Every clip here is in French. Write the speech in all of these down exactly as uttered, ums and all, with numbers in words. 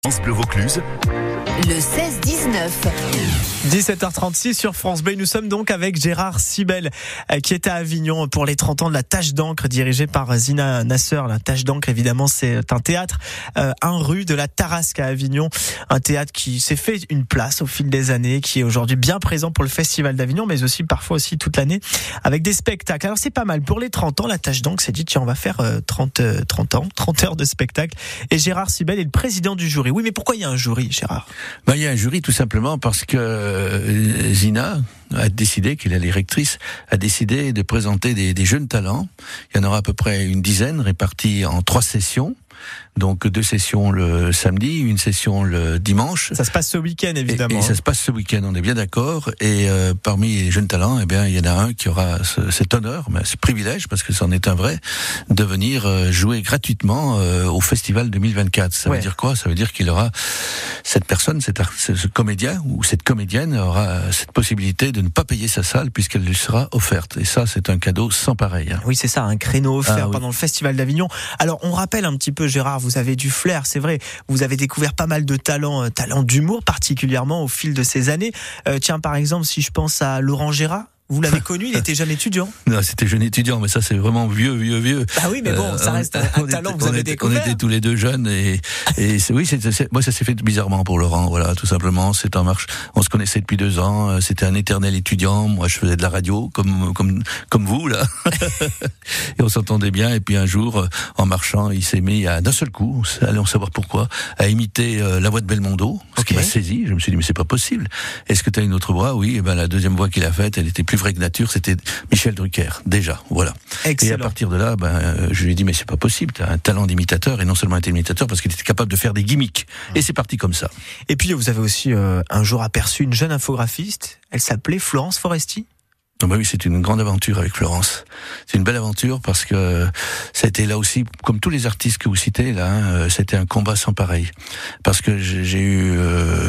France Bleu Vaucluse, le seize dix-neuf. dix-sept heures trente-six sur France Bleu. Nous sommes donc avec Gérard Sibel qui est à Avignon pour les trente ans de la Tache d'encre dirigée par Zina Nasser. La Tache d'encre, évidemment, c'est un théâtre, euh, un rue de la Tarasque à Avignon. Un théâtre qui s'est fait une place au fil des années, qui est aujourd'hui bien présent pour le Festival d'Avignon, mais aussi parfois aussi toute l'année avec des spectacles. Alors c'est pas mal. Pour les trente ans, la Tache d'encre s'est dit, tiens, on va faire euh, trente, euh, trente ans, trente heures de spectacle. Et Gérard Sibel est le président du jury. Oui, mais pourquoi il y a un jury, Gérard ? Ben, il y a un jury tout simplement parce que euh, Zina a décidé, qui est la directrice, a décidé de présenter des, des jeunes talents. Il y en aura à peu près une dizaine répartis en trois sessions. Donc deux sessions le samedi, une session le dimanche. Ça se passe ce week-end, évidemment. Et, et ça se passe ce week-end, on est bien d'accord. Et euh, parmi les jeunes talents, eh bien, il y en a un qui aura ce, cet honneur, mais ce privilège, parce que c'en est un vrai, de venir euh, jouer gratuitement euh, au Festival deux mille vingt-quatre. Ça ouais. veut dire quoi ? Ça veut dire qu'il aura cette personne, cet art, ce, ce comédien ou cette comédienne aura cette possibilité de ne pas payer sa salle puisqu'elle lui sera offerte. Et ça, c'est un cadeau sans pareil. Hein. Oui, c'est ça, un créneau offert ah, pendant oui. le Festival d'Avignon. Alors, on rappelle un petit peu, Gérard, vous avez du flair, c'est vrai. Vous avez découvert pas mal de talents, euh, talents d'humour particulièrement au fil de ces années. Euh, tiens, par exemple, si je pense à Laurent Gérard. Vous l'avez connu, il était jeune étudiant. Non, c'était jeune étudiant, mais ça c'est vraiment vieux, vieux, vieux. Ah oui, mais bon, ça reste un, un talent que vous avez était, découvert. On était tous les deux jeunes et, et c'est, oui, c'est, c'est, moi ça s'est fait bizarrement pour Laurent, voilà, tout simplement. C'est en marche. On se connaissait depuis deux ans. C'était un éternel étudiant. Moi, je faisais de la radio, comme comme comme vous là, et on s'entendait bien. Et puis un jour, en marchant, il s'est mis à d'un seul coup, allons savoir pourquoi, à imiter euh, la voix de Belmondo, ce okay. qui m'a saisi. Je me suis dit mais c'est pas possible. Est-ce que tu as une autre voix ? Oui. Et ben la deuxième voix qu'il a faite, elle était plus vraie que nature, c'était Michel Drucker, déjà, voilà. Excellent. Et à partir de là, ben, je lui ai dit, mais c'est pas possible, t'as un talent d'imitateur, et non seulement un imitateur, parce qu'il était capable de faire des gimmicks. Mmh. Et c'est parti comme ça. Et puis, vous avez aussi euh, un jour aperçu une jeune infographiste, elle s'appelait Florence Foresti. Non, bah oui, c'est une grande aventure avec Florence. C'est une belle aventure parce que ça a été là aussi, comme tous les artistes que vous citez là, hein, c'était un combat sans pareil. Parce que j'ai, j'ai eu euh,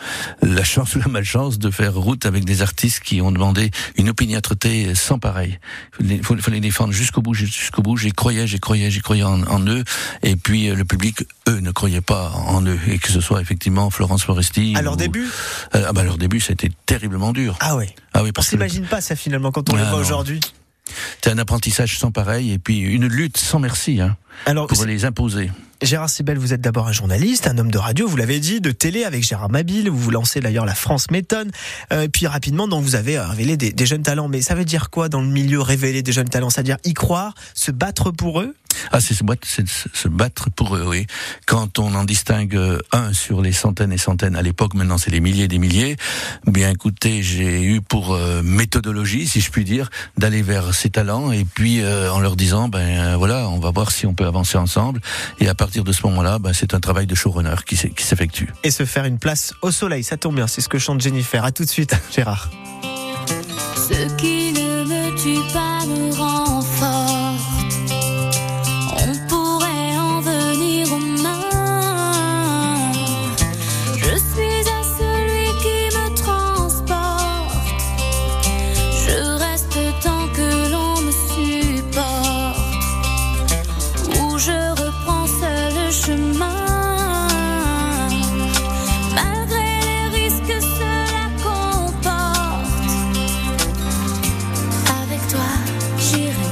la chance ou la malchance de faire route avec des artistes qui ont demandé une opiniâtreté sans pareil. Il fallait les défendre jusqu'au bout, jusqu'au bout. J'y croyais, j'y croyais, j'y croyais en, en eux. Et puis le public, eux, ne croyaient pas en eux. Et que ce soit effectivement Florence Foresti. À leur ou, début. Euh, ah bah à leur début, ça a été terriblement dur. Ah oui. Ah oui, parce on s'imagine le... pas ça finalement quand on ah les voit non. aujourd'hui. C'est un apprentissage sans pareil et puis une lutte sans merci hein, Alors, pour les imposer. Gérard Sibel, vous êtes d'abord un journaliste, un homme de radio, vous l'avez dit, de télé avec Gérard Mabille, vous vous lancez d'ailleurs la France m'étonne, euh, et puis rapidement donc vous avez révélé des, des jeunes talents. Mais ça veut dire quoi dans le milieu révéler des jeunes talents ? C'est-à-dire y croire, se battre pour eux ? Ah, c'est se battre, c'est se battre pour eux, oui. Quand on en distingue un sur les centaines et centaines à l'époque, maintenant c'est les milliers et des milliers, bien écoutez, j'ai eu pour euh, méthodologie, si je puis dire, d'aller vers ces talents et puis euh, en leur disant, ben euh, voilà, on va voir si on peut avancer ensemble. Et à partir de ce moment-là, ben, c'est un travail de showrunner qui, qui s'effectue. Et se faire une place au soleil, ça tombe bien, c'est ce que chante Jennifer. À tout de suite, Gérard. Ce qui ne me tue pas me rend fort. J'irai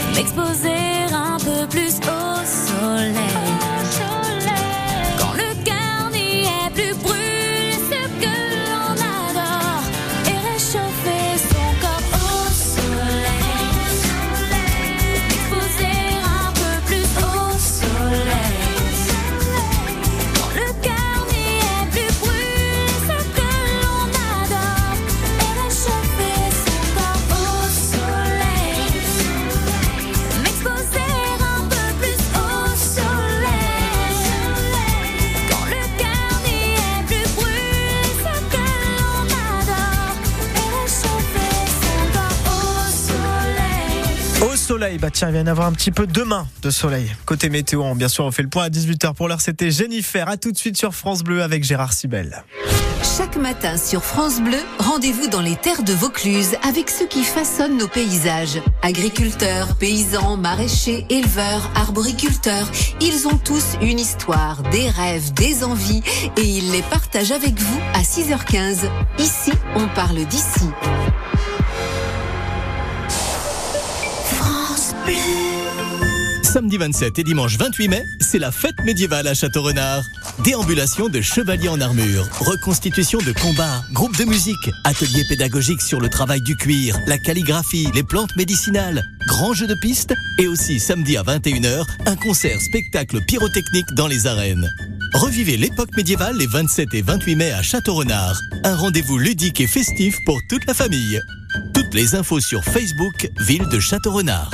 m'exposer un peu plus au soleil. Quand le cœur n'y est plus, brûler ce que l'on adore et réchauffer son corps au soleil. M'exposer un peu plus au soleil. Quand le cœur n'y est plus, brûler ce que l'on adore et réchauffer son corps au soleil. M'exposer un peu plus au soleil. Quand le cœur n'y est plus, brûler ce que l'on adore et réchauffer son corps au soleil. Au soleil, bah tiens, il vient d'avoir un petit peu demain de soleil. Côté météo, bien sûr, on fait le point à dix-huit heures. Pour l'heure, c'était Jennifer. À tout de suite sur France Bleu avec Gérard Sibel. Chaque matin sur France Bleu, rendez-vous dans les terres de Vaucluse avec ceux qui façonnent nos paysages. Agriculteurs, paysans, maraîchers, éleveurs, arboriculteurs, ils ont tous une histoire, des rêves, des envies et ils les partagent avec vous à six heures quinze. Ici, on parle d'ici. France Bleu. Samedi vingt-sept et dimanche vingt-huit mai, c'est la fête médiévale à Château-Renard. Déambulation de chevaliers en armure, reconstitution de combats, groupe de musique, ateliers pédagogiques sur le travail du cuir, la calligraphie, les plantes médicinales, grand jeu de piste et aussi samedi à vingt et une heures, un concert spectacle pyrotechnique dans les arènes. Revivez l'époque médiévale les vingt-sept et vingt-huit mai à Château-Renard. Un rendez-vous ludique et festif pour toute la famille. Toutes les infos sur Facebook, Ville de Château-Renard.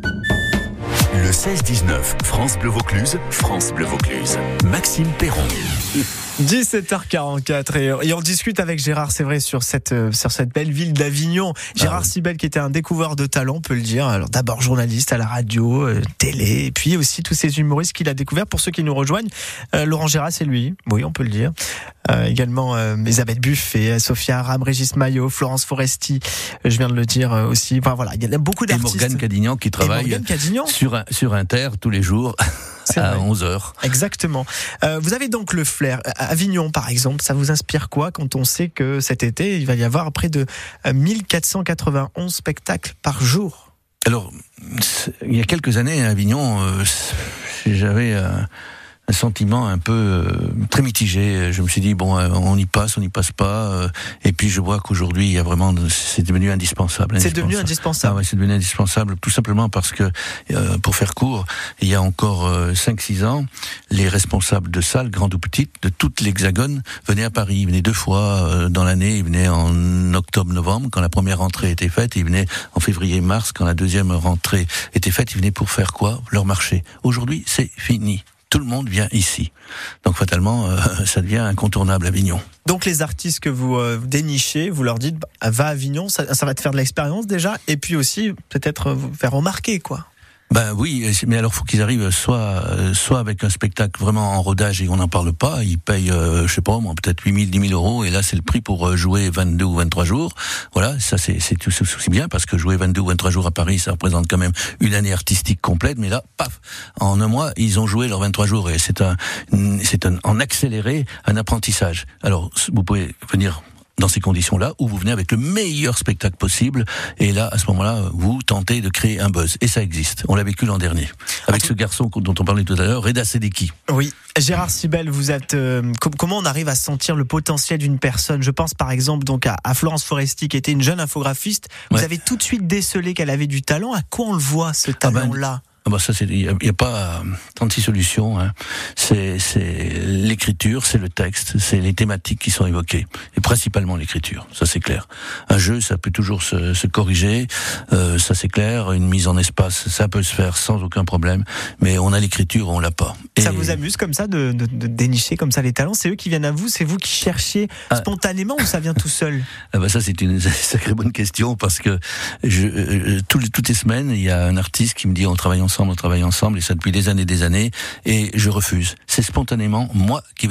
Le seize dix-neuf, France Bleu Vaucluse, France Bleu Vaucluse. Maxime Perron. dix-sept heures quarante-quatre et, et on discute avec Gérard, c'est vrai, sur cette, euh, sur cette belle ville d'Avignon. Gérard ah oui. Sibel qui était un découvreur de talent, on peut le dire. Alors d'abord journaliste à la radio, euh, télé, et puis aussi tous ces humoristes qu'il a découverts. Pour ceux qui nous rejoignent, euh, Laurent Gérard, c'est lui, oui, on peut le dire. Euh, également euh, Elisabeth Buffet, Sophia Aram, Régis Maillot, Florence Foresti, euh, je viens de le dire euh, aussi. Enfin voilà, il y a beaucoup d'artistes. Et Morgane Cadignan qui travaille Cadignan. sur, sur Inter tous les jours. C'est à vrai. onze heures. Exactement. Euh, vous avez donc le flair. Avignon, par exemple, ça vous inspire quoi quand on sait que cet été, il va y avoir près de mille quatre cent quatre-vingt-onze spectacles par jour? Alors, il y a quelques années à Avignon, euh, j'avais euh, un sentiment un peu euh, très mitigé. Je me suis dit, bon, euh, on y passe, on n'y passe pas. Euh, et puis je vois qu'aujourd'hui, il y a vraiment, c'est devenu indispensable. C'est devenu indispensable. Ah ouais, c'est devenu indispensable, tout simplement parce que, euh, pour faire court, il y a encore euh, cinq six ans, les responsables de salles, grandes ou petites, de toute l'Hexagone, venaient à Paris. Ils venaient deux fois euh, dans l'année. Ils venaient en octobre-novembre, quand la première rentrée était faite. Ils venaient en février-mars, quand la deuxième rentrée était faite. Ils venaient pour faire quoi? Leur marché. Aujourd'hui, c'est fini. Tout le monde vient ici. Donc fatalement, euh, ça devient incontournable Avignon. Donc les artistes que vous euh, dénichez, vous leur dites, bah, va à Avignon, ça, ça va te faire de l'expérience déjà, et puis aussi peut-être vous faire remarquer, quoi. Ben oui, mais alors faut qu'ils arrivent soit soit avec un spectacle vraiment en rodage et on n'en parle pas. Ils payent, euh, je sais pas, moi, peut-être huit mille, dix mille euros et là c'est le prix pour jouer vingt-deux ou vingt-trois jours. Voilà, ça c'est c'est tout aussi bien parce que jouer vingt-deux ou vingt-trois jours à Paris, ça représente quand même une année artistique complète. Mais là, paf, en un mois, ils ont joué leurs vingt-trois jours et c'est un c'est un en accéléré un apprentissage. Alors vous pouvez venir dans ces conditions-là, où vous venez avec le meilleur spectacle possible, et là, à ce moment-là, vous tentez de créer un buzz. Et ça existe. On l'a vécu l'an dernier. Avec ce garçon dont on parlait tout à l'heure, Reda Sedeki. Oui. Gérard Sibel, vous êtes, euh, comment on arrive à sentir le potentiel d'une personne? Je pense par exemple donc à, à Florence Foresti, qui était une jeune infographiste. Vous ouais. avez tout de suite décelé qu'elle avait du talent. À quoi on le voit, ce talent-là? Ah ben, Ah bah ça, il n'y a, a pas trente-six solutions. Hein. C'est, c'est l'écriture, c'est le texte, c'est les thématiques qui sont évoquées. Et principalement l'écriture, ça c'est clair. Un jeu, ça peut toujours se, se corriger, euh, ça c'est clair. Une mise en espace, ça peut se faire sans aucun problème. Mais on a l'écriture, on l'a pas. Et ça vous amuse comme ça de, de, de dénicher comme ça les talents? C'est eux qui viennent à vous? C'est vous qui cherchez ah. spontanément ou ça vient tout seul? Ah bah ça c'est une sacrée bonne question parce que je, euh, tous les, toutes les semaines, il y a un artiste qui me dit on travaille ensemble, on travaille ensemble et ça depuis des années et des années et je refuse. C'est spontanément moi qui vais vers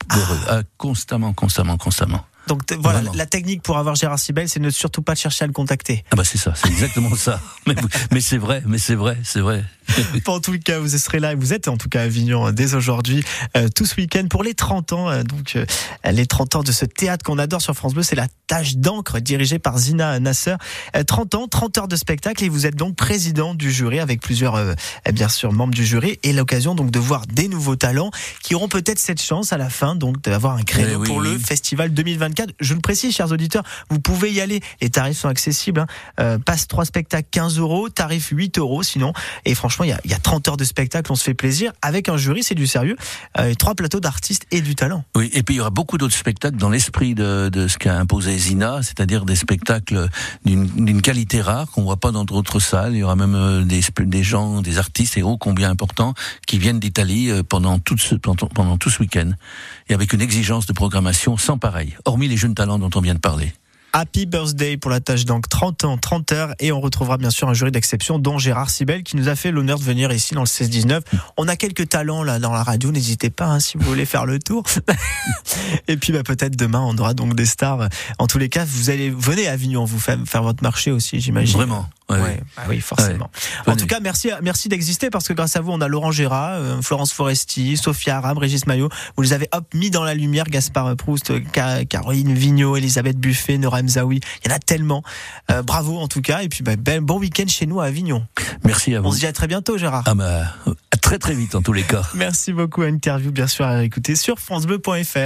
Véreux. Ah, constamment, constamment, constamment. Donc t- voilà, Vraiment. la technique pour avoir Gérard Sibel, c'est ne surtout pas chercher à le contacter. Ah bah c'est ça, c'est exactement ça. Mais, mais c'est vrai, mais c'est vrai, c'est vrai. En tout cas, vous serez là, vous êtes en tout cas à Avignon euh, dès aujourd'hui, euh, tout ce week-end pour les trente ans. Euh, donc euh, les trente ans de ce théâtre qu'on adore sur France Bleu, c'est la Tache d'encre dirigée par Zina Nasser. Euh, trente ans, trente heures de spectacle et vous êtes donc président du jury avec plusieurs euh, bien sûr membres du jury et l'occasion donc de voir des nouveaux talents qui auront peut-être cette chance à la fin donc d'avoir un créneau Eh oui, pour oui. le festival deux mille vingt-quatre. Je le précise, chers auditeurs, vous pouvez y aller. Les tarifs sont accessibles. Hein. Euh, passe trois spectacles quinze euros, tarif huit euros sinon. Et franchement, il y a, il y a trente heures de spectacle, on se fait plaisir. Avec un jury, c'est du sérieux. Euh, et trois plateaux d'artistes et du talent. Oui, et puis il y aura beaucoup d'autres spectacles dans l'esprit de, de ce qu'a imposé Zina, c'est-à-dire des spectacles d'une, d'une qualité rare qu'on voit pas dans d'autres salles. Il y aura même euh, des, des gens, des artistes et ô combien importants qui viennent d'Italie euh, pendant tout ce pendant, pendant tout ce week-end et avec une exigence de programmation sans pareil. Hormis les jeunes talents dont on vient de parler. Happy birthday pour la Tache d'encre, trente ans, trente heures, et on retrouvera bien sûr un jury d'exception, dont Gérard Sibel, qui nous a fait l'honneur de venir ici dans le seize dix-neuf. On a quelques talents là dans la radio, n'hésitez pas hein, si vous voulez faire le tour. Et puis bah, peut-être demain on aura donc des stars. En tous les cas, vous allez venez à Avignon, vous faire, faire votre marché aussi, j'imagine. Vraiment. Ouais, Ouais, ouais. bah oui, forcément. Ouais. En tout cas, merci, merci d'exister parce que grâce à vous, on a Laurent Gérard, euh, Florence Foresti, Sophia Aram, Régis Maillot. Vous les avez hop mis dans la lumière. Gaspard Proust, Car- Caroline Vigneault, Elisabeth Buffet, Nora Mzaoui. Il y en a tellement. Euh, bravo en tout cas. Et puis bah, ben, bon week-end chez nous à Avignon. Merci à vous. On se dit à très bientôt, Gérard. Ah bah, à très très vite en tous les cas. Merci beaucoup. À interview bien sûr à écouter sur francebleu point fr.